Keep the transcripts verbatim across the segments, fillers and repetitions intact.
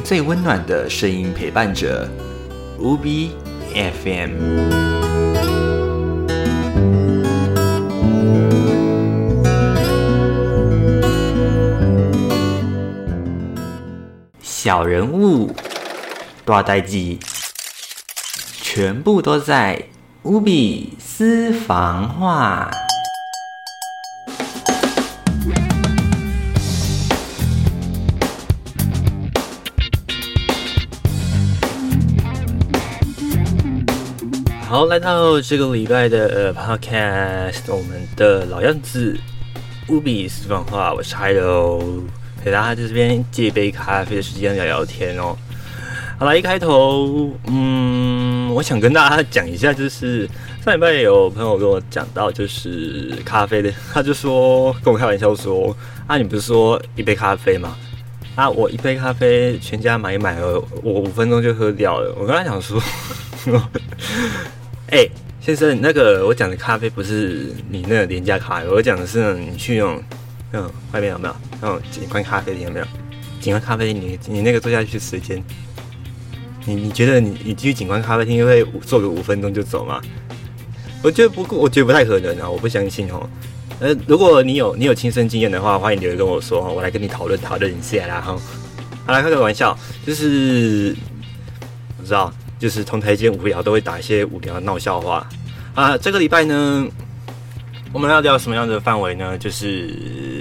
最温暖的声音陪伴着。U B F M。小人物、大代志，全部都在U B私房话。好，来到这个礼拜的、呃、Podcast， 我们的老样子U B私房话，我是 Hello， 陪大家在这边借一杯咖啡的时间聊聊天哦。好了，一开头，嗯，我想跟大家讲一下，就是上礼拜有朋友跟我讲到，就是咖啡的，他就说跟我开玩笑说，啊，你不是说一杯咖啡吗？啊，我一杯咖啡全家买一买了，我五分钟就喝掉了。我跟他讲说，哎、欸，先生，那个我讲的咖啡不是你那个廉价咖啡，我讲的是你去那种，嗯，外面有没有那种景观咖啡店有没有？景观咖啡店，你你那个坐下去时间，你你觉得你你去景观咖啡厅会坐个五分钟就走吗？我觉得不，我觉得不太可能啊，我不相信哦。呃，如果你有你有亲身经验的话，欢迎留言跟我说，我来跟你讨论讨论一下啦哈。好啦，开个玩笑，就是我知道。就是同台间无聊都会打一些无聊的闹笑话啊。这个礼拜呢，我们要聊什么样的范围呢？就是，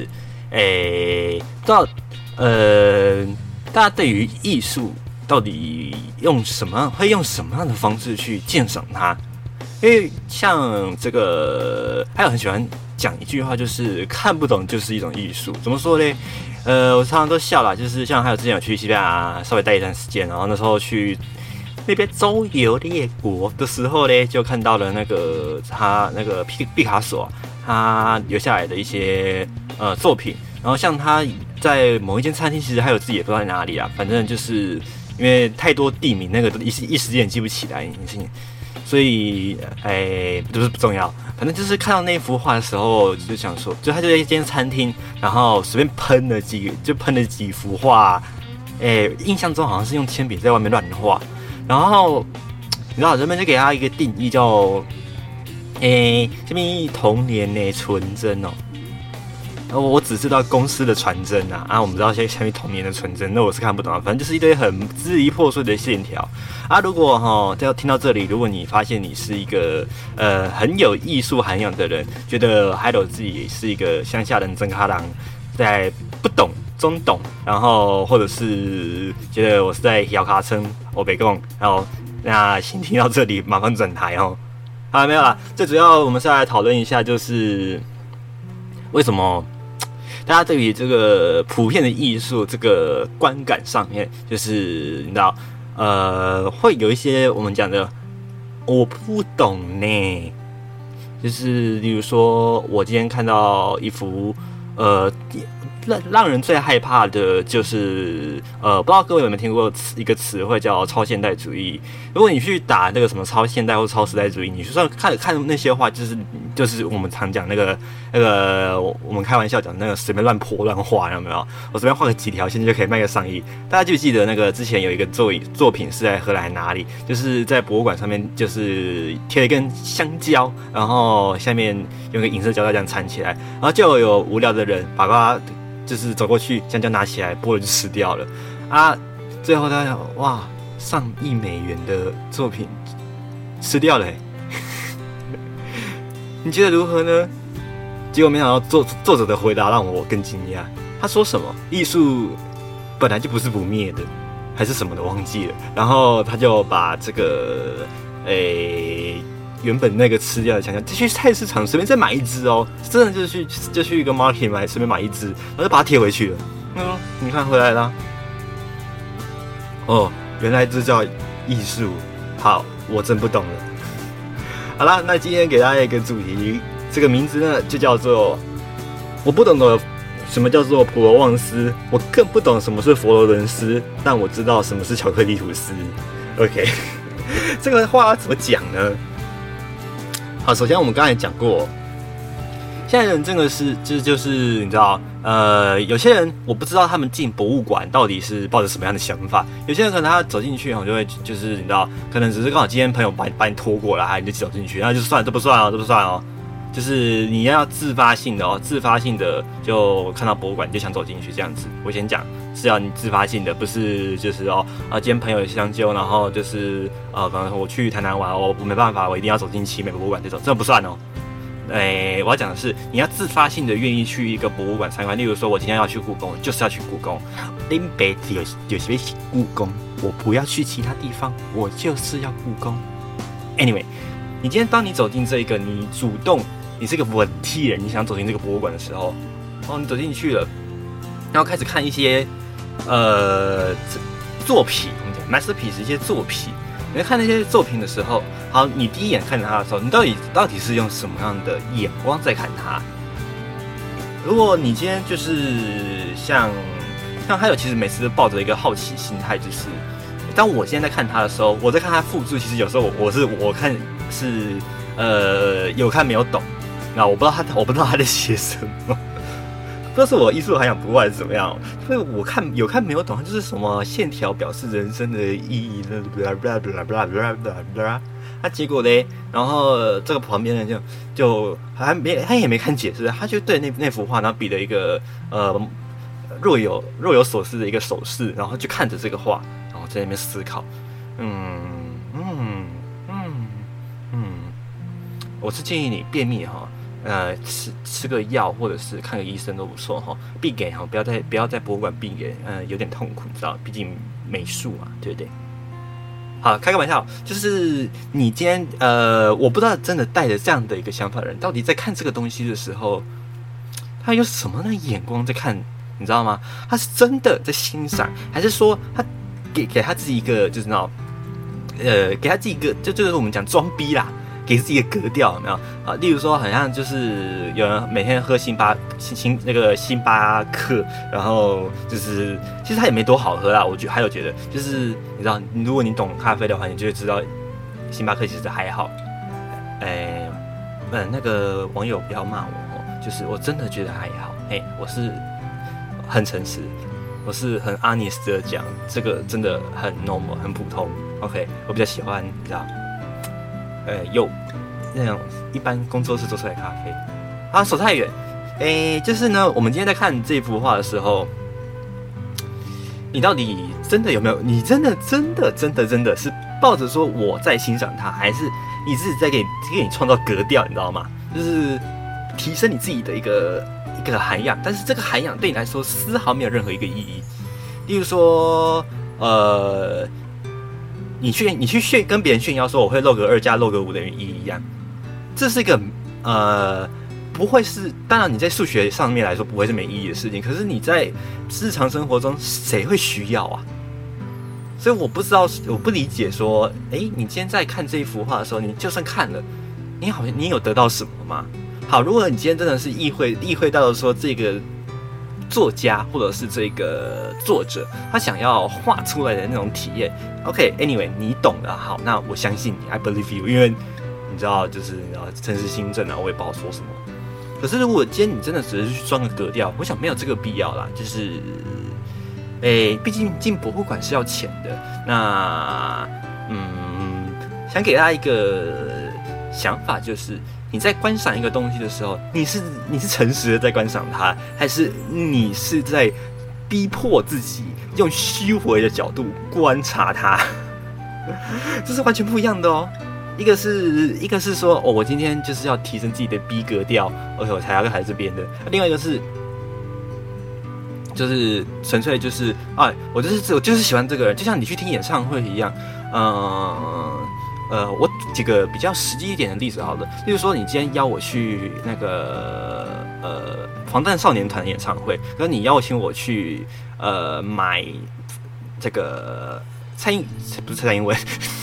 诶，到呃，大家对于艺术到底用什么会用什么样的方式去鉴赏它？因为像这个，还有很喜欢讲一句话，就是看不懂就是一种艺术。怎么说呢？呃，我常常都笑啦，就是像还有之前有去西班牙稍微待一段时间，然后那时候去。那边周游列国的时候呢，就看到了那个他那个毕毕卡索、啊、他留下来的一些呃作品。然后像他在某一间餐厅，其实还有自己也不知道在哪里啊，反正就是因为太多地名，那个一时一时间记不起来，所以哎，不是不重要。反正就是看到那幅画的时候，就想说，就他就在一间餐厅，然后随便喷了几就喷了几幅画，哎，印象中好像是用铅笔在外面乱画。然后，你知道，人们就给他一个定义叫，诶、欸，这边童年的纯真哦。我只知道公司的传真啊，啊，我们知道现在童年的纯真，那我是看不懂啊。反正就是一堆很支离破碎的线条啊。如果哈，要听到这里，如果你发现你是一个呃很有艺术涵养的人，觉得还有自己是一个乡下人真咖郎，在不懂。中懂，然后或者是觉得我是在摇卡称我北贡，然后那请听到这里麻烦转台哦。好，没有啦，最主要我们是来讨论一下，就是为什么大家对于这个普遍的艺术这个观感上面，就是你知道，呃，会有一些我们讲的我不懂呢，就是例如说我今天看到一幅呃。让让人最害怕的就是，呃，不知道各位有没有听过一个词汇叫超现代主义。如果你去打那个什么超现代或超时代主义，你就算看看那些话，就是就是我们常讲那个那个我们开玩笑讲那个随便乱泼乱画，有没有？我随便画个几条线就可以卖个上亿。大家就记得那个之前有一个作作品是在荷兰哪里，就是在博物馆上面就是贴了一根香蕉，然后下面用个银色胶带这样缠起来，然后就有无聊的人把它。就是走过去，香蕉拿起来剥了就吃掉了啊！最后他哇，上亿美元的作品吃掉了，你觉得如何呢？结果没想到作作者的回答让我更惊讶。他说什么？艺术本来就不是不灭的，还是什么的忘记了。然后他就把这个诶。原本那个吃掉的香蕉，去菜市场随便再买一只哦，真的就去就去一个 market 买，随便买一只，然后就把它贴回去了。嗯，你看回来了。哦，原来这叫艺术。好，我真不懂了。好啦，那今天给大家一个主题，这个名字呢就叫做我不懂得什么叫做普罗旺斯，我更不懂什么是佛罗伦斯，但我知道什么是巧克力吐司。OK， 这个话怎么讲呢？好，首先我们刚才讲过， 现在人真的是，这就, 就是你知道，呃，有些人我不知道他们进博物馆到底是抱着什么样的想法。有些人可能他走进去，我就会就是你知道，可能只是刚好今天朋友把你把你拖过来，你就走进去，那就算这不算哦，这不算哦。就是你要自发性的哦，自发性的就看到博物馆你就想走进去这样子。我先讲是要你自发性的，不是就是哦啊，今天朋友相揪，然后就是呃，可能我去台南玩，我没办法，我一定要走进奇美博物馆这种，这不算哦。诶，我要讲的是，你要自发性的愿意去一个博物馆参观。例如说，我今天要去故宫，就是要去故宫。林北有有些故宫，我不要去其他地方，我就是要故宫。Anyway， 你今天当你走进这个，你主动。你是个文体人，你想走进这个博物馆的时候，哦，你走进去了，然后开始看一些呃作品，我们讲 masterpiece 一些作品。你在看那些作品的时候，好，你第一眼看着它的时候，你到底到底是用什么样的眼光在看它？如果你今天就是像像还有，其实每次都抱着一个好奇心态，就是当我现在在看它的时候，我在看它附注，其实有时候我我是我看是呃有看没有懂。那我不知道他，我不知道他在写什么，不知道是我艺术涵养不够还是怎么样。所以我看有看没有懂，它就是什么线条表示人生的意义，blah blah blah blah blah blah blah。那结果嘞，然后这个旁边人就就还没他也没看解释，他就对那那幅画，然后比了一个呃若有若有所思的一个手势，然后就看着这个画，然后在那边思考，嗯嗯嗯嗯，我是建议你便秘哈。呃，吃吃个药或者是看个医生都不错哈，闭眼哈，不要在不要在博物馆闭眼，呃，有点痛苦，你知道，毕竟美术嘛，对不对？好，开个玩笑，就是你今天呃，我不知道真的带着这样的一个想法的人，到底在看这个东西的时候，他有什么样的眼光在看，你知道吗？他是真的在欣赏，还是说他给给他自己一个就是那种，呃，给他自己一个，就就是我们讲装逼啦。给自己一个格调，有没有啊？例如说，好像就是有人每天喝星巴星星那个星巴克，然后就是其实它也没多好喝啦。我觉得还有觉得就是你知道，如果你懂咖啡的话，你就会知道星巴克其实还好。哎，嗯，那个网友不要骂我哦，就是我真的觉得还好。嘿，我是很诚实，我是很 honest 的讲，这个真的很 normal， 很普通。OK， 我比较喜欢，你知道。呃，有那种一般工作室做出来的咖啡啊，手太远。诶，就是呢，我们今天在看这幅画的时候，你到底真的有没有？你真的真的真的真的是抱着说我在欣赏它，还是你自己在给给你创造格调？你知道吗？就是提升你自己的一个一个涵养，但是这个涵养对你来说丝毫没有任何一个意义。例如说，呃。你去你去炫跟别人炫耀说我会漏个二加漏个五等于一一样，这是一个呃不会是，当然你在数学上面来说不会是没意义的事情，可是你在日常生活中谁会需要啊？所以我不知道，我不理解说，哎，你今天在看这一幅画的时候，你就算看了，你好像你有得到什么吗？好，如果你今天真的是意会意会到说这个作家或者是这个作者他想要画出来的那种体验 ，OK，Anyway， 你懂了，好，那我相信你 ，I believe you， 因为你知道，就是你知道诚实心正啊，我也不好说什么。可是如果今天你真的只是去装个格调，我想没有这个必要啦，就是，诶，毕竟进博物馆是要钱的，那，嗯，想给大家一个想法就是。你在观赏一个东西的时候，你是你是诚实的在观赏它，还是你是在逼迫自己用虚伪的角度观察它？这是完全不一样的哦。一个是一个是说，哦，我今天就是要提升自己的逼格调 ，OK， 我才要来这边的。另外一个是，就是纯粹就是，哎，我就是我就是喜欢这个人，就像你去听演唱会一样，嗯、呃。呃，我举个比较实际一点的例子好了，例如说，你今天邀我去那个呃防弹少年团的演唱会，跟你邀请我去呃买这个蔡英不是蔡英文，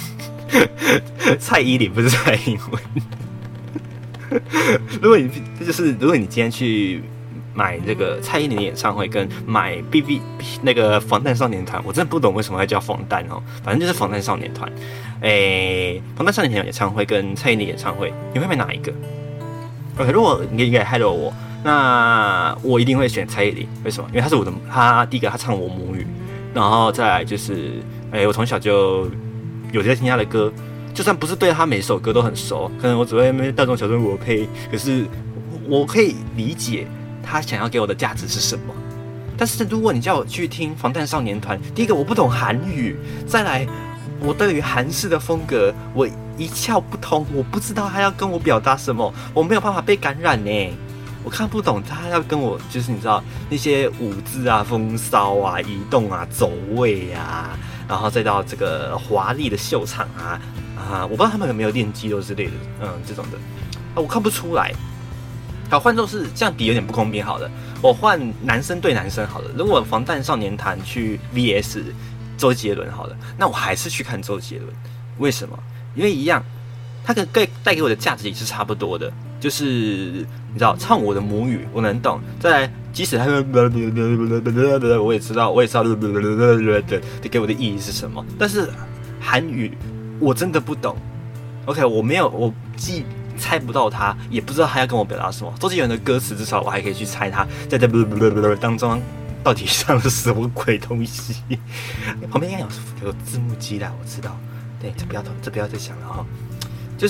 蔡依林不是蔡英文。如果你就是如果你今天去买这个蔡依林的演唱会，跟买 B B 那个防弹少年团，我真的不懂为什么会叫防弹哦，反正就是防弹少年团。诶，防弹少年团演唱会跟蔡依林演唱会，你会买哪一个？ OK， 如果你给 Hello 我，那我一定会选蔡依林。为什么？因为她是我的，她第一个她唱我母语，然后再来就是，哎、欸，我从小就有在听她的歌，就算不是对她每首歌都很熟，可能我只会那大众小众我配，可是我可以理解她想要给我的价值是什么。但是如果你叫我去听防弹少年团，第一个我不懂韩语，再来我对于韩式的风格我一窍不通，我不知道他要跟我表达什么，我没有办法被感染呢。我看不懂他要跟我，就是你知道那些舞姿啊、风骚啊、移动啊、走位啊，然后再到这个华丽的秀场啊啊，我不知道他们有没有练肌肉之类的，嗯，这种的啊，我看不出来。好，换作是这样比有点不公平。好了，我换男生对男生好了。如果防弹少年团去 V S 周杰伦好了，那我还是去看周杰伦。为什么？因为一样，他可以带给我的价值也是差不多的。就是你知道，唱我的母语我能懂，再来，即使他我也知道，我也知道给我的意义是什么。但是韩语我真的不懂。OK， 我没有，我既猜不到他，也不知道他要跟我表达什么。周杰伦的歌词，至少我还可以去猜他在这当中到底唱了什么鬼东西。旁边应该有有字幕机啦，我知道。对，这不要这不要再想了哈。就是，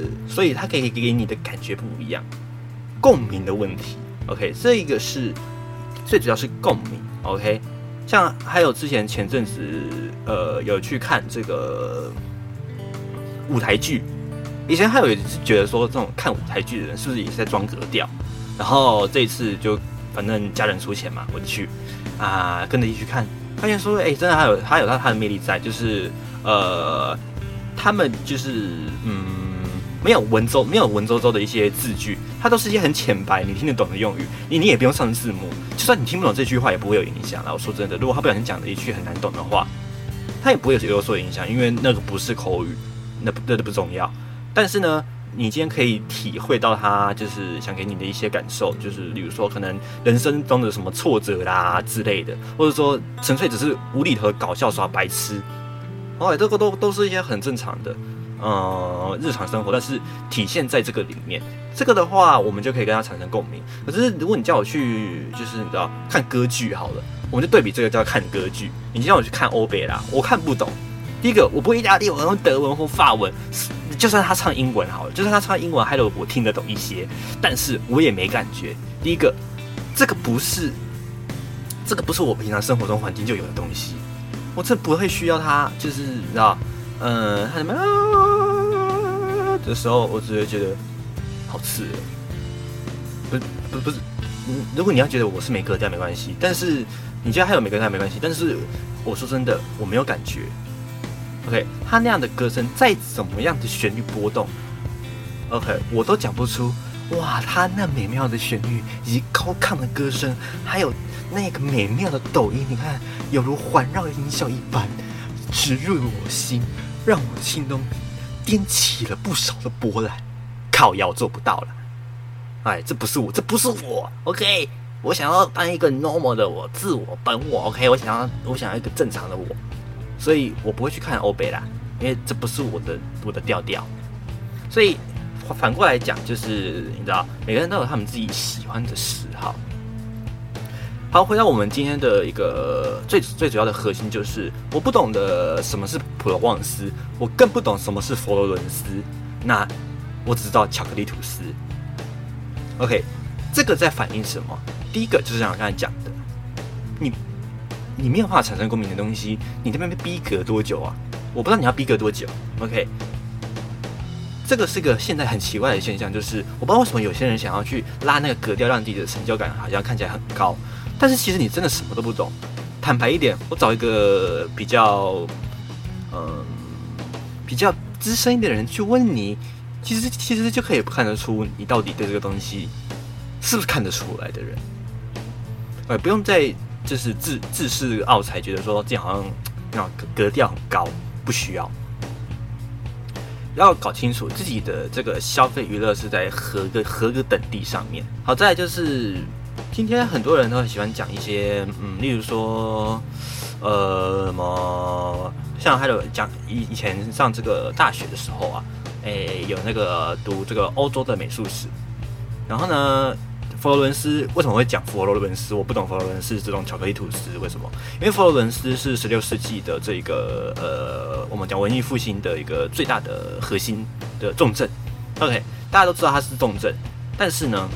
所以他可以给你的感觉不一样，共鸣的问题。OK， 这一个是最主要是共鸣。OK， 像还有之前前阵子呃有去看这个舞台剧。以前还有也是觉得说，这种看舞台剧的人是不是也是在装格调？然后这一次就反正家人出钱嘛，我就去啊，跟着一起去看，发现说，哎、欸，真的还有还有他他的魅力在，就是呃，他们就是嗯，没有文绉没有文绉绉的一些字句，它都是一些很浅白你听得懂的用语，你你也不用上字幕，就算你听不懂这句话也不会有影响啦。我说真的，如果他不小心讲了一句很难懂的话，他也不会有所影响，因为那个不是口语，那不那不重要。但是呢，你今天可以体会到他就是想给你的一些感受，就是例如说可能人生中的什么挫折啦之类的，或者说纯粹只是无厘头的搞笑耍白痴，哦，这个都都是一些很正常的呃日常生活，但是体现在这个里面，这个的话我们就可以跟他产生共鸣。可是如果你叫我去就是你知道看歌剧好了，我们就对比这个叫看歌剧，你叫我去看欧贝拉，我看不懂。第一个，我不会意大利文、或德文或法文，就算他唱英文好了，就算他唱英文，还有我听得懂一些，但是我也没感觉。第一个，这个不是，这个不是我平常生活中环境就有的东西，我这不会需要他，就是你知道，嗯、呃，他什么的时候，我只会觉得好刺耳。不不不是，如果你要觉得我是没格调没关系，但是你觉得还有没格调没关系，但是我说真的，我没有感觉。OK， 他那样的歌声再怎么样的旋律波动 ，OK， 我都讲不出哇，他那美妙的旋律以及高亢的歌声，还有那个美妙的抖音，你看犹如环绕音效一般，直入我心，让我的心中颠起了不少的波澜。靠腰做不到了，哎，这不是我，这不是我 ，OK， 我想要当一个 normal 的我，自我本我 ，OK， 我想要我想要一个正常的我。所以我不会去看欧贝拉，因为这不是我的我的调调。所以反过来讲，就是你知道，每个人都有他们自己喜欢的嗜好。好，回到我们今天的一个最最主要的核心，就是我不懂得什么是普罗旺斯，我更不懂什么是佛罗伦斯。那我只知道巧克力吐司。OK， 这个在反映什么？第一个就是像我刚才讲的，你。你没有办法产生共鸣的东西，你这边被逼格多久啊？我不知道你要逼格多久。OK， 这个是个现在很奇怪的现象，就是我不知道为什么有些人想要去拉那个格调，让自己的成就感好像看起来很高，但是其实你真的什么都不懂。坦白一点，我找一个比较，嗯，比较资深一点的人去问你，其实其实就可以看得出你到底对这个东西是不是看得出来的人。呃，不用再。就是自自恃傲才，觉得说这样好像那格调很高，不需要。要搞清楚自己的这个消费娱乐是在何个何个等地上面。好，再来就是今天很多人都很喜欢讲一些，嗯，例如说，呃，什么像还有讲以以前上这个大学的时候啊，诶、欸，有那个读这个欧洲的美术史， 然后呢，佛罗伦斯为什么会讲佛罗伦斯？我不懂佛罗伦斯这种巧克力吐司为什么？因为佛罗伦斯是十六世纪的这个呃，我们讲文艺复兴的一个最大的核心的重镇。OK， 大家都知道它是重镇，但是呢，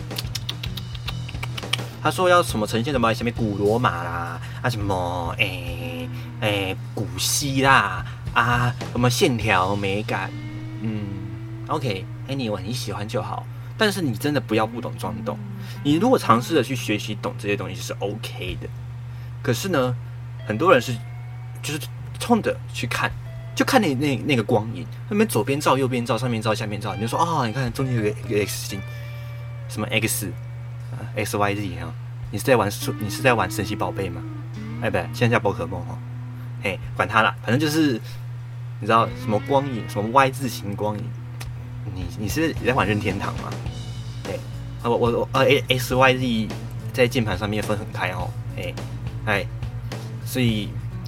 他说要什么呈现什么下面古罗马啦，啊什么诶诶、欸欸、古希啦，啊什么线条美感，嗯 ，OK，Anyway，、欸、你喜欢就好。但是你真的不要不懂装懂，你如果尝试的去学习懂这些东西是 OK 的。可是呢，很多人是就是冲着去看，就看那那那个光影，那边左边照右边照上面照下面照，你就说哦，你看中间有个一个 X 星，什么 X 啊 X Y Z 啊，你是在玩你是在玩神奇宝贝吗？哎不，现在叫宝可梦哦，嘿，管它啦，反正就是你知道什么光影，什么 Y 字形光影。你你是你在玩任天堂吗？对，我我我呃 X Y Z 在键盘上面分很开哦，哎哎，所以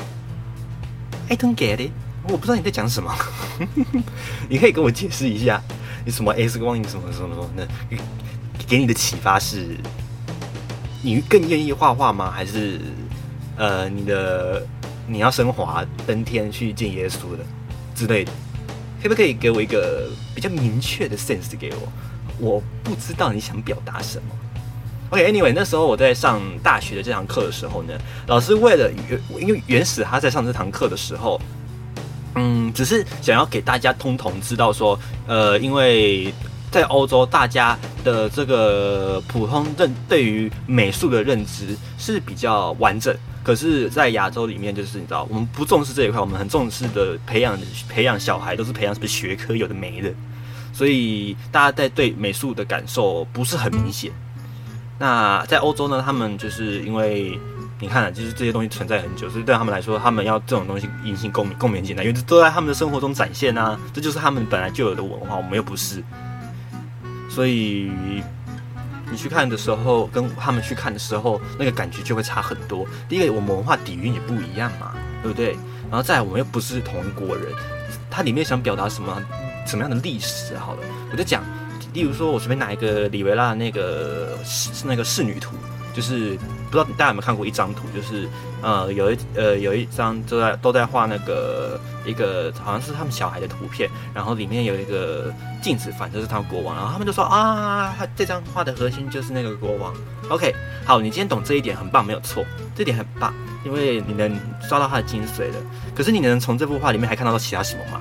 I don't get it， 我不知道你在讲什么，你可以跟我解释一下，你什么 X 光影什么什么什么的，给你的启发是，你更愿意画画吗？还是呃你的你要升华登天去见耶稣的之类的？可不可以给我一个比较明确的 sense 给我？我不知道你想表达什么。OK，Anyway，、okay, 那时候我在上大学的这堂课的时候呢，老师为了因为原始他在上这堂课的时候，嗯，只是想要给大家通通知道说，呃，因为在欧洲大家的这个普通认对于美术的认知是比较完整。可是，在亚洲里面，就是你知道，我们不重视这一块，我们很重视的培养培养小孩，都是培养什么学科，有的没的，所以大家在对美术的感受不是很明显。那在欧洲呢，他们就是因为你看啊，就是这些东西存在很久，所以对他们来说，他们要这种东西引起共鸣，共鸣简单，因为都在他们的生活中展现啊，这就是他们本来就有的文化，我们又不是，所以。你去看的时候，跟他们去看的时候，那个感觉就会差很多。第一个，我们文化底蕴也不一样嘛，对不对？然后再来，我们又不是同国人，它里面想表达什么什么样的历史？好了，我就讲，例如说，我随便拿一个里维拉的那个那个仕女图，就是不知道大家有没有看过一张图，就是呃有一呃有一张都在都在画那个一个好像是他们小孩的图片，然后里面有一个镜子反射是他们国王，然后他们就说啊，这张画的核心就是那个国王。OK， 好，你今天懂这一点很棒，没有错，这点很棒，因为你能抓到它的精髓了。可是你能从这幅画里面还看到其他什么吗？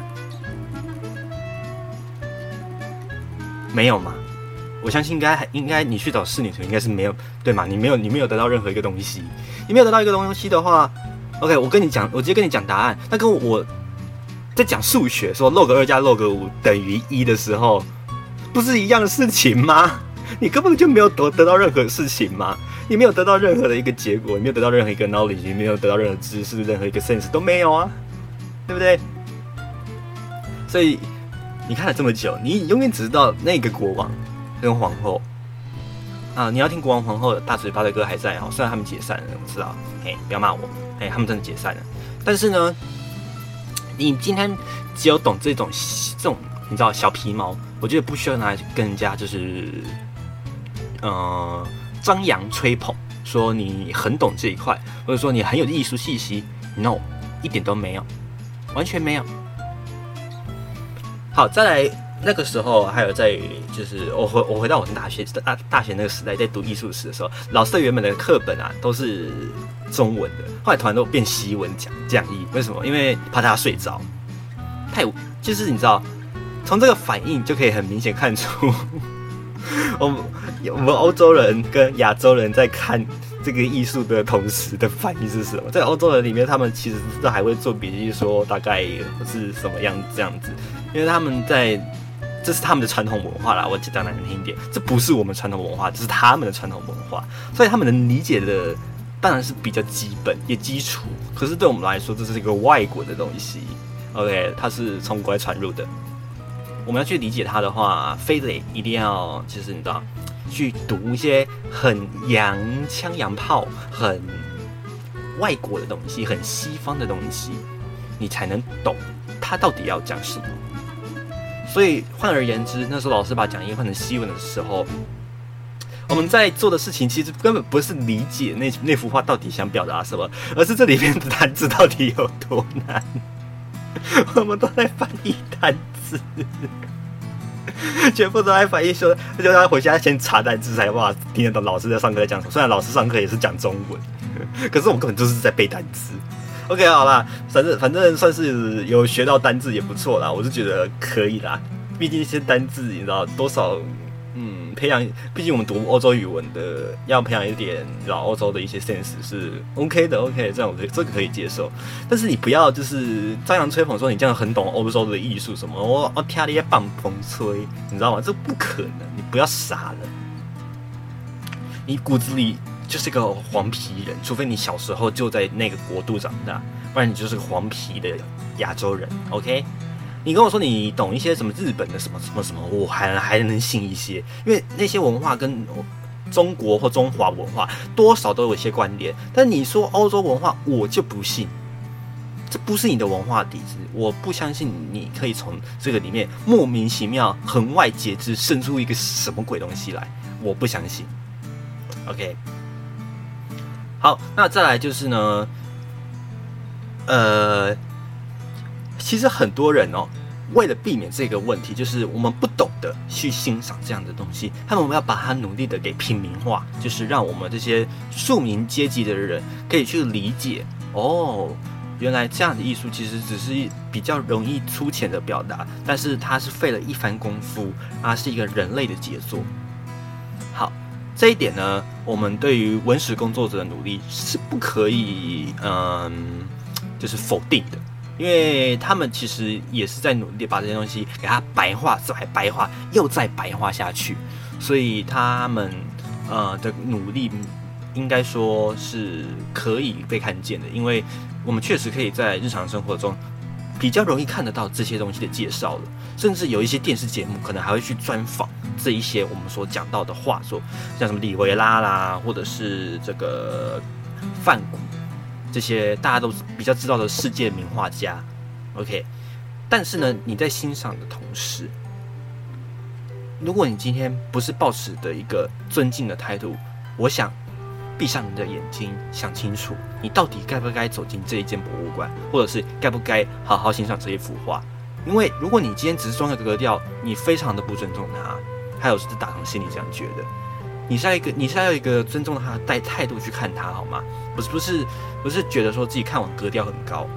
没有吗？我相信应该应该你去找仕女图应该是没有，对吗？你没有你没有得到任何一个东西，你没有得到一个东西的话 ，OK， 我跟你讲，我直接跟你讲答案。那跟我在讲数学说 log 二加 log 五等于一的时候，不是一样的事情吗？你根本就没有得得到任何事情嘛，你没有得到任何的一个结果，你没有得到任何一个 knowledge， 你没有得到任何知识，任何一个 sense 都没有啊，对不对？所以你看了这么久，你永远只知道那个国王跟皇后啊，你要听国王皇后大嘴巴的歌还在哦，虽然他们解散了，我知道，嘿，不要骂我，嘿，他们真的解散了。但是呢，你今天只有懂这种这种你知道小皮毛，我觉得不需要拿来跟人家就是呃张扬吹捧，说你很懂这一块，或者说你很有艺术气息 ，no， 一点都没有，完全没有。好，再来那个时候还有在就是我回我回到我大学大大学那个时代，在读艺术史的时候，老师原本的课本啊都是中文的，后来突然都变西文讲讲义，为什么？因为怕大家睡着，太就是你知道，从这个反应就可以很明显看出，我们我们欧洲人跟亚洲人在看这个艺术的同时的反应是什么？在欧洲人里面，他们其实都还会做笔记，说大概是什么样这样子，因为他们在这是他们的传统文化啦。我讲难听一点，这不是我们传统文化，这是他们的传统文化，所以他们能理解的当然是比较基本也基础。可是对我们来说，这是一个外国的东西 ，OK， 它是从国外传入的。我们要去理解它的话，非得一定要就是你知道。去读一些很洋枪洋炮、很外国的东西、很西方的东西，你才能懂他到底要讲什么。所以换而言之，那时候老师把讲义换成西文的时候， 我们在做的事情其实根本不是理解那那幅画到底想表达什么，而是这里面的单字到底有多难。我们都在翻译单字，全部都在翻译说，就他回家先查单字才哇听得懂老师在上课在讲什么。虽然老师上课也是讲中文，可是我根本就是在背单字。OK， 好啦，反正反正算是有学到单字也不错啦，我是觉得可以啦。毕竟一些单字你知道多少，嗯，培养，毕竟我们读欧洲语文的，要培养一点老欧洲的一些 sense 是 OK 的 ，OK， 这样我这个可以接受。但是你不要就是张扬吹捧说你这样很懂欧洲的艺术什么，我我听你在棒风吹，你知道吗？这不可能，你不要傻了，你骨子里就是个黄皮人，除非你小时候就在那个国度长大，不然你就是个黄皮的亚洲人。OK， 你跟我说你懂一些什么日本的什么什么什么，我还还能信一些，因为那些文化跟中国或中华文化多少都有一些关联。但你说欧洲文化，我就不信，这不是你的文化底子，我不相信你可以从这个里面莫名其妙横外截肢生出一个什么鬼东西来，我不相信。OK。好，那再来就是呢，呃，其实很多人哦，为了避免这个问题，就是我们不懂得去欣赏这样的东西，他们要把它努力的给平民化，就是让我们这些庶民阶级的人可以去理解哦，原来这样的艺术其实只是比较容易粗浅的表达，但是它是费了一番功夫，它是一个人类的杰作。好。这一点呢，我们对于文史工作者的努力是不可以，嗯，就是否定的，因为他们其实也是在努力把这些东西给它白化，再白化，又再白化下去，所以他们呃的努力应该说是可以被看见的，因为我们确实可以在日常生活中比较容易看得到这些东西的介绍了，甚至有一些电视节目可能还会去专访这一些我们所讲到的画作，像什么里维拉啦，或者是这个梵谷，这些大家都比较知道的世界名画家。OK， 但是呢，你在欣赏的同时，如果你今天不是抱持的一个尊敬的态度，我想闭上你的眼睛，想清楚，你到底该不该走进这一间博物馆，或者是该不该好好欣赏这一幅画？因为如果你今天只是装个格调，你非常的不尊重它，还有是打从心里这样觉得，你是要一个你是要一个尊重他的带态度去看它，好吗？不是不是不是觉得说自己看完格调很高。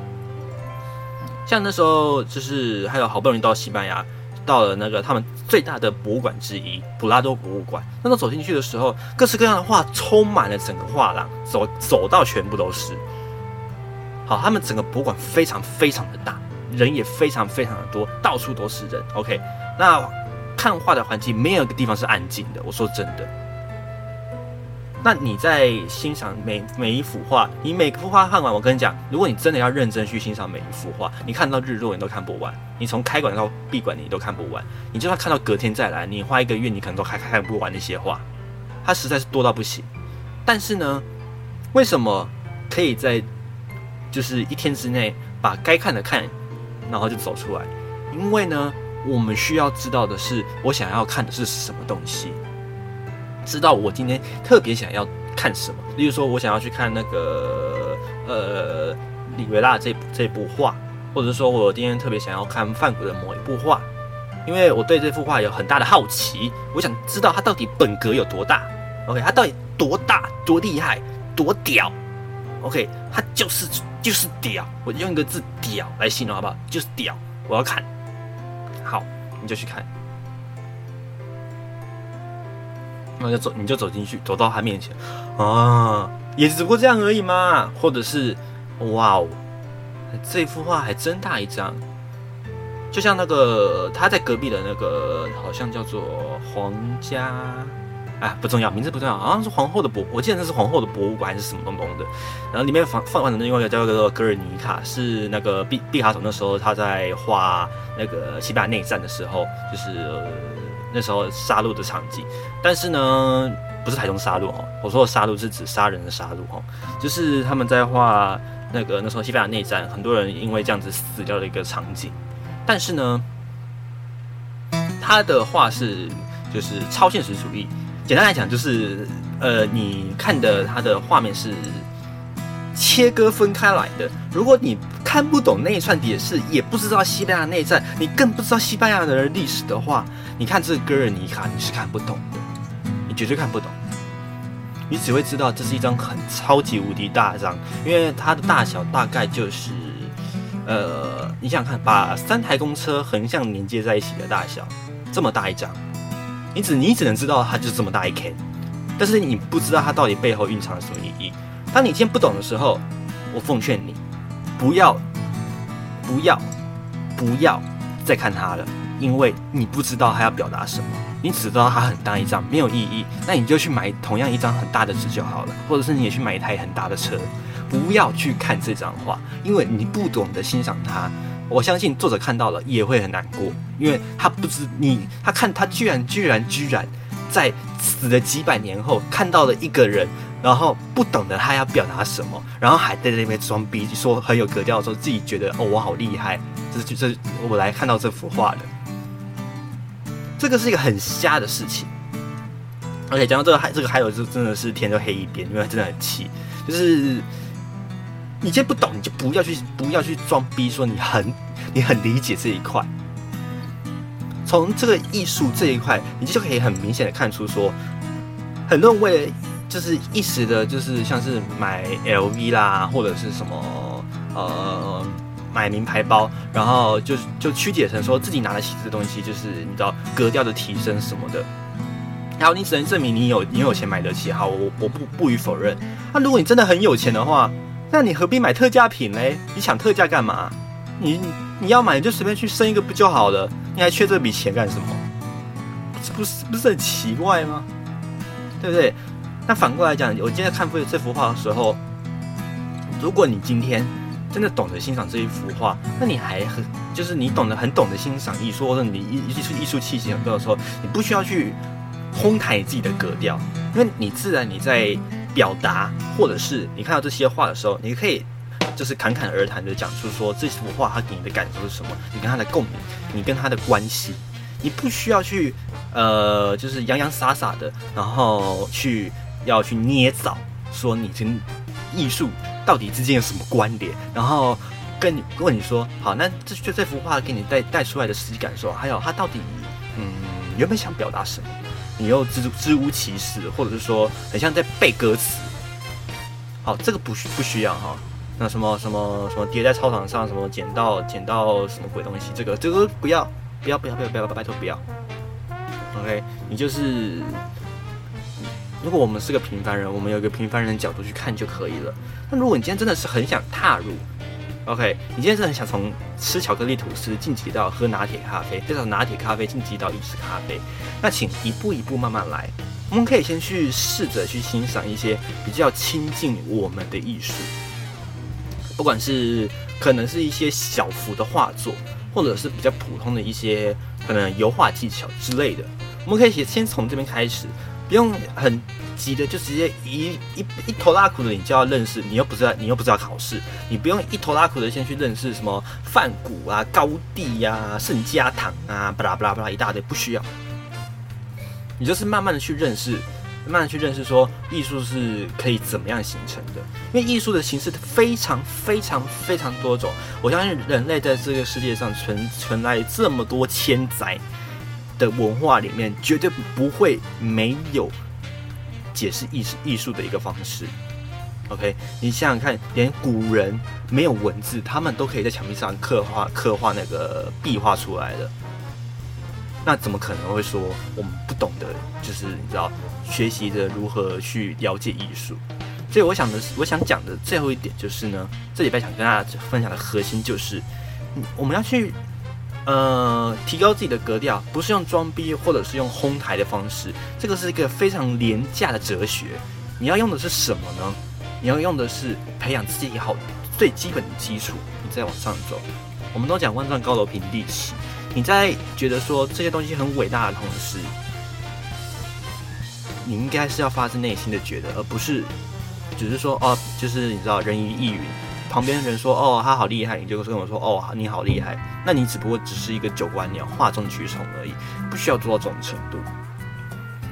像那时候就是还有好不容易到西班牙。到了那个他们最大的博物馆之一普拉多博物馆，那时候走进去的时候，各式各样的画充满了整个画廊，走走到全部都是。好，他们整个博物馆非常非常的大，人也非常非常的多，到处都是人。OK， 那看画的环境没有一个地方是安静的，我说真的。那你在欣赏每每一幅画，你每幅画看完，我跟你讲，如果你真的要认真去欣赏每一幅画，你看到日落你都看不完，你从开馆到闭馆你都看不完，你就算看到隔天再来，你花一个月你可能都还看不完那些画，它实在是多到不行。但是呢，为什么可以在就是一天之内把该看的看，然后就走出来？因为呢，我们需要知道的是，我想要看的是什么东西。知道我今天特别想要看什么，例如说我想要去看那个呃里维拉这这部画，或者说我今天特别想要看梵谷的某一部画，因为我对这幅画有很大的好奇，我想知道它到底本格有多大 ，OK， 它到底多大、多厉害、多屌 ，OK， 它就是就是屌，我用一个字屌来形容好不好？就是屌，我要看，好，你就去看。那就走，你就走进去，走到他面前，啊，也只不过这样而已嘛。或者是，哇哦，这幅画还真大一张。就像那个他在隔壁的那个，好像叫做皇家，啊，不重要，名字不重要，好像是皇后的博，我记得那是皇后的博物馆还是什么东东的。然后里面放放的另外一个叫做格尔尼卡，是那个毕毕卡索那时候他在画那个西班牙内战的时候，就是。呃那时候杀戮的场景，但是呢，不是台中杀戮哦，我说的杀戮是指杀人的杀戮哦，就是他们在画那个那时候西班牙内战，很多人因为这样子死掉的一个场景。但是呢，他的画是就是超现实主义， 简单来讲就是，呃，你看的它的画面是切割分开来的。如果你看不懂那一串解释，也不知道西班牙内战，你更不知道西班牙的历史的话，你看这个哥尔尼卡你是看不懂的，你绝对看不懂。你只会知道这是一张很超级无敌大张，因为它的大小大概就是，呃，你想想看，把三台公车横向连接在一起的大小，这么大一张，你只你只能知道它就是这么大一 K， 但是你不知道它到底背后蕴藏了什么意义。当你今天不懂的时候，我奉劝你，不要，不要，不要再看它了，因为你不知道它要表达什么。你只知道它很大一张，没有意义，那你就去买同样一张很大的纸就好了，或者是你也去买一台很大的车，不要去看这张画，因为你不懂得欣赏它。我相信作者看到了也会很难过，因为他不知你，他看他居然居然居然在死了几百年后看到了一个人，然后不懂得他要表达什么，然后还在那边装逼，说很有格调的时候，自己觉得哦我好厉害，这是这我来看到这幅画的。这个是一个很瞎的事情，而且讲到这个还这个还有就真的是天就黑一边，因为真的很气，就是你今天不懂，你就不要去不要去装逼，说你很你很理解这一块。从这个艺术这一块，你就可以很明显的看出说，很多人为了就是一时的，就是像是买 L V 啦，或者是什么呃。买名牌包，然后就就曲解成说自己拿得起这东西，就是你知道格调的提升什么的。然后你只能证明你有你有钱买得起。好，我我不不予否认。那、啊、如果你真的很有钱的话，那你何必买特价品嘞？你抢特价干嘛？你你要买你就随便去生一个不就好了？你还缺这笔钱干什么？不是不是很奇怪吗？对不对？那反过来讲，我今天看这幅画的时候，如果你今天真的懂得欣赏这一幅画，那你还很就是你懂得很懂得欣赏艺术，或者你艺术艺术气息很高的时候，你不需要去哄抬你自己的格调，因为你自然你在表达，或者是你看到这些画的时候，你可以就是侃侃而谈的讲出说这幅画它给你的感受是什么，你跟它的共鸣，你跟它的关系，你不需要去呃就是洋洋洒洒的，然后去要去捏造说你跟艺术到底之间有什么关联，然后跟你问你说，好，那这就这幅画给你带带出来的实际感受，还有它到底嗯原本想表达什么，你又支支吾其词，或者是说很像在背歌词。好，这个不需不需要哈。那什么什么什么跌在操场上，什么捡到捡到什么鬼东西，这个这个不要不要不要不要不要拜托不要。OK， 你就是。如果我们是个平凡人，我们有一个平凡人的角度去看就可以了。那如果你今天真的是很想踏入 ，OK， 你今天真的很想从吃巧克力吐司晋级到喝拿铁咖啡，再从拿铁咖啡晋级到意式咖啡，那请一步一步慢慢来。我们可以先去试着去欣赏一些比较亲近我们的艺术，不管是可能是一些小幅的画作，或者是比较普通的一些可能油画技巧之类的。我们可以先从这边开始。不用很急的就直接一一一头拉苦的你就要认识，你又不是你又不是要考试，你不用一头拉苦的先去认识什么梵谷啊、高地呀、啊、圣家堂啊，巴拉巴拉巴拉一大堆，不需要。你就是慢慢的去认识，慢慢的去认识说艺术是可以怎么样形成的，因为艺术的形式非常非常非常多种。我相信人类在这个世界上存存来这么多千载的文化里面，绝对不会没有解释艺术艺术的一个方式。OK， 你想想看，连古人没有文字，他们都可以在墙壁上刻画刻画那个壁画出来的，那怎么可能会说我们不懂得，就是你知道学习的如何去了解艺术？所以我想的是，我想讲的最后一点就是呢，这礼拜想跟大家分享的核心就是，我们要去。呃，提高自己的格调，不是用装逼或者是用哄抬的方式，这个是一个非常廉价的哲学。你要用的是什么呢？你要用的是培养自己好最基本的基础，你再往上走。我们都讲万丈高楼平地起，你在觉得说这些东西很伟大的同时，你应该是要发自内心的觉得，而不是只是说哦，就是你知道人云亦云。旁边人说哦他好厉害，你就跟我说哦你好厉害，那你只不过只是一个九官鸟，画中取宠而已，不需要做到这种程度。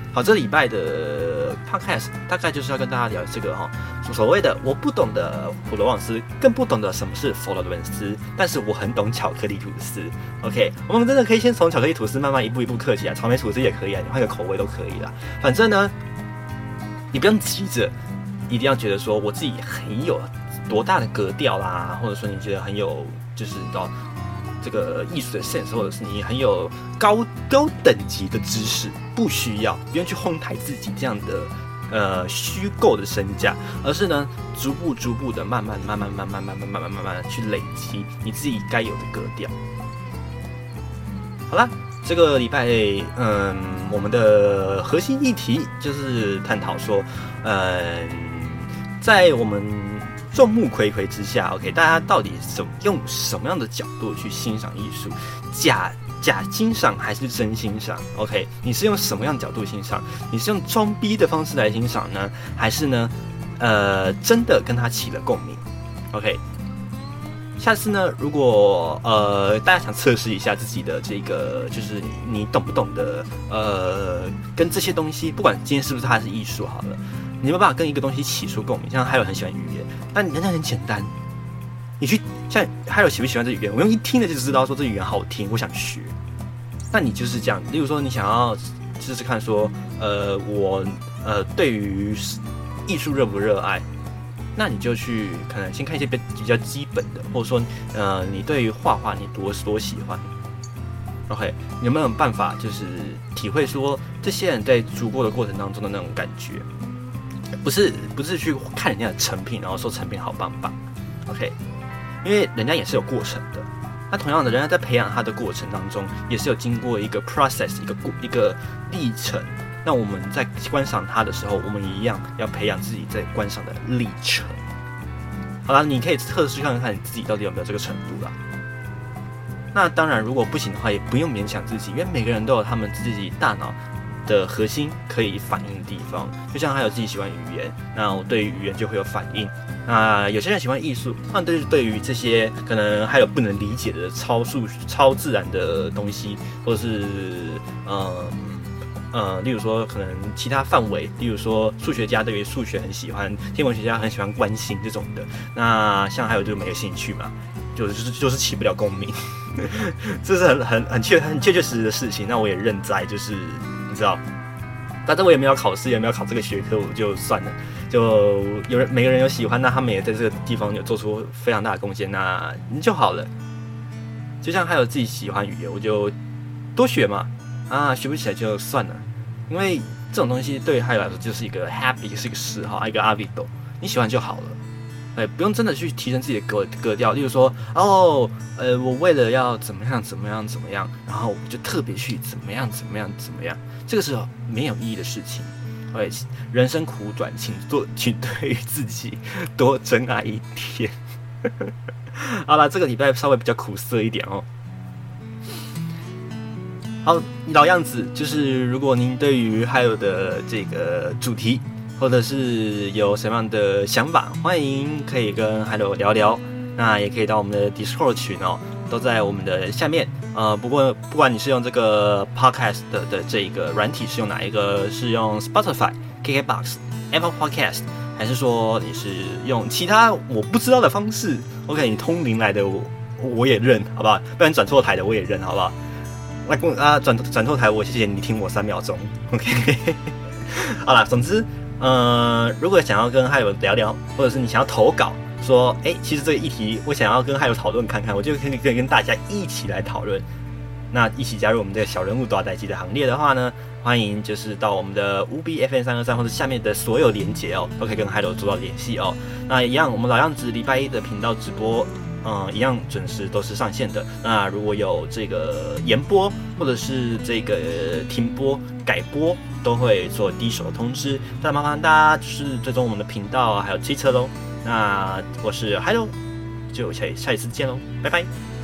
好，这礼拜的 podcast 大概就是要跟大家聊这个哈，所谓的我不懂得普罗旺斯，更不懂得什么是佛罗伦斯，但是我很懂巧克力吐司。OK， 我们真的可以先从巧克力吐司慢慢一步一步克起来，草莓吐司也可以啊，你换个口味都可以啦。反正呢，你不用急着，一定要觉得说我自己很有多大的格调啦，或者说你觉得很有就是你知道。这个艺术的 sense， 或者是你很有高高等级的知识，不需要，不用去哄抬自己这样的呃虚构的身价，而是呢逐步逐步的慢慢慢慢慢慢慢慢慢慢慢慢去累积你自己该有的格调。好啦，这个礼拜嗯，我们的核心议题就是探讨说，嗯，在我们众目睽睽之下 ，OK， 大家到底怎用什么样的角度去欣赏艺术？假假欣赏还是真欣赏 ？OK， 你是用什么样的角度欣赏？你是用装逼的方式来欣赏呢，还是呢，呃，真的跟他起了共鸣 ？OK， 下次呢，如果呃大家想测试一下自己的这个，就是你你懂不懂得呃跟这些东西，不管今天是不是它是艺术好了。你没有办法跟一个东西起出共鸣，像还有很喜欢语言，但人家很简单，你去像还有喜不喜欢这语言，我用一听的就知道说这语言好听，我想学。那你就是这样，例如说你想要试试看说，呃，我呃对于艺术热不热爱，那你就去可能先看一些比较基本的，或者说呃你对于画画你多多喜欢。OK， 你有没有办法就是体会说这些人在逐过的过程当中的那种感觉？不是不是去看人家的成品，然后说成品好棒棒 ，OK， 因为人家也是有过程的。那同样的，人家在培养他的过程当中，也是有经过一个 process， 一个一个历程。那我们在观赏他的时候，我们也一样要培养自己在观赏的历程。好啦，你可以测试看看你自己到底有没有这个程度啦。那当然，如果不行的话，也不用勉强自己，因为每个人都有他们自己大脑的核心可以反映的地方，就像还有自己喜欢语言，那我对于语言就会有反应。那有些人喜欢艺术，那对对于这些可能还有不能理解的超数、超自然的东西，或者是呃呃，例如说可能其他范围，例如说数学家对于数学很喜欢，天文学家很喜欢观星这种的。那像还有就是没有兴趣嘛，就是就是起不了共鸣，这是很很很确很确确实实的事情。那我也认栽，就是你知道，反正我也没有考试，也没有考这个学科，我就算了。就有人每个人有喜欢，那他们也在这个地方有做出非常大的贡献，那就好了。就像还有自己喜欢语言，我就多学嘛，啊，学不起来就算了，因为这种东西对于还有来说就是一个 happy， 是一个嗜好，一个阿比斗，你喜欢就好了。哎，不用真的去提升自己的格格调，例如说，哦，呃，我为了要怎么样怎么样怎么样，然后我就特别去怎么样怎么样怎么样，这个是没有意义的事情。哎，人生苦短，请做，请对于自己多珍爱一点。好啦，这个礼拜稍微比较苦涩一点哦。好，老样子，就是如果您对于还有的这个主题，或者是有什么样的想法，欢迎可以跟海斗聊聊。那也可以到我们的 Discord 群哦，都在我们的下面。呃，不过不管你是用这个 Podcast 的, 的这个软体是用哪一个，是用 Spotify、K K B O X、Apple Podcast， 还是说你是用其他我不知道的方式 ？OK， 你通灵来的我我也认，好不好？不然转错台的我也认，好不好？那啊转转错台我谢谢你听我三秒钟 ，OK。好啦，总之。呃，如果想要跟害友聊聊，或者是你想要投稿，说，哎，其实这个议题我想要跟害友讨论看看，我就可以可以跟大家一起来讨论。那一起加入我们这个小人物大代机的行列的话呢，欢迎就是到我们的 U B F M 三二三或者下面的所有连结哦，都可以跟害友做到联系哦。那一样，我们老样子礼拜一的频道直播。嗯，一样准时都是上线的。那如果有这个延播或者是这个停播、改播，都会做第一手的通知。再麻烦大家就是追踪我们的频道还有汽车喽。那我是 Hello， 就下下一次见喽，拜拜。